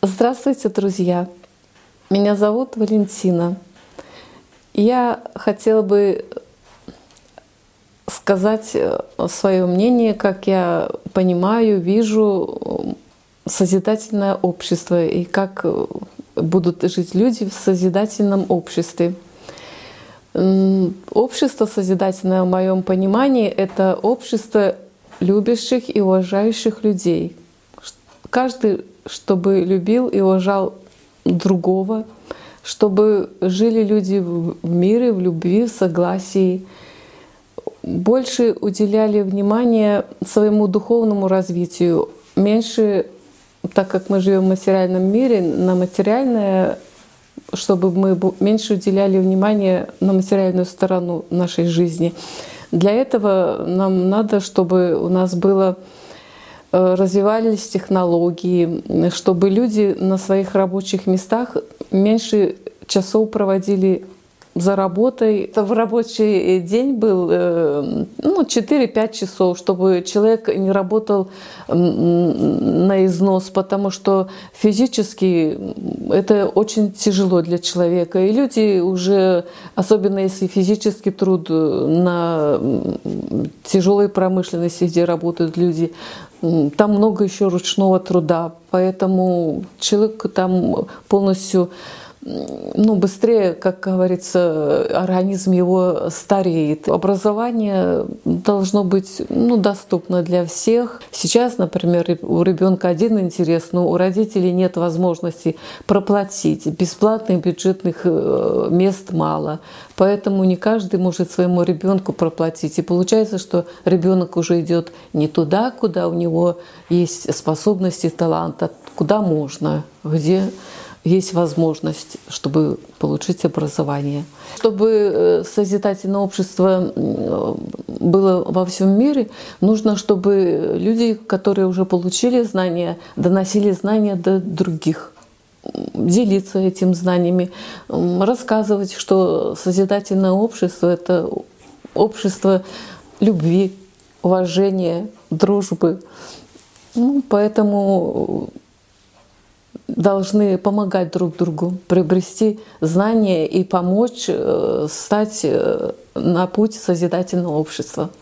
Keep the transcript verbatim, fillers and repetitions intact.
Здравствуйте, друзья! Меня зовут Валентина. Я хотела бы сказать свое мнение, как я понимаю, вижу созидательное общество и как будут жить люди в созидательном обществе. Общество созидательное, в моем понимании, это общество любящих и уважающих людей. Каждый, чтобы любил и уважал другого, чтобы жили люди в мире, в любви, в согласии, больше уделяли внимание своему духовному развитию, меньше, так как мы живем в материальном мире, на материальное, чтобы мы меньше уделяли внимание на материальную сторону нашей жизни. Для этого нам надо, чтобы у нас было развивались технологии, чтобы люди на своих рабочих местах меньше часов проводили за работой. В рабочий день был ну, четыре-пять часов, чтобы человек не работал на износ, потому что физически это очень тяжело для человека. И люди уже, особенно если физический труд на тяжелой промышленности, где работают люди, там много еще ручного труда, поэтому человек там полностью, ну, быстрее, как говорится, организм его стареет. Образование должно быть, ну, доступно для всех. Сейчас, например, у ребенка один интерес, но у родителей нет возможности проплатить. Бесплатных бюджетных мест мало. Поэтому не каждый может своему ребенку проплатить. И получается, что ребенок уже идет не туда, куда у него есть способности, талант, а куда можно, где есть возможность, чтобы получить образование. Чтобы созидательное общество было во всем мире, нужно, чтобы люди, которые уже получили знания, доносили знания до других, делиться этими знаниями, рассказывать, что созидательное общество — это общество любви, уважения, дружбы. Ну, поэтому должны помогать друг другу, приобрести знания и помочь стать на путь созидательного общества.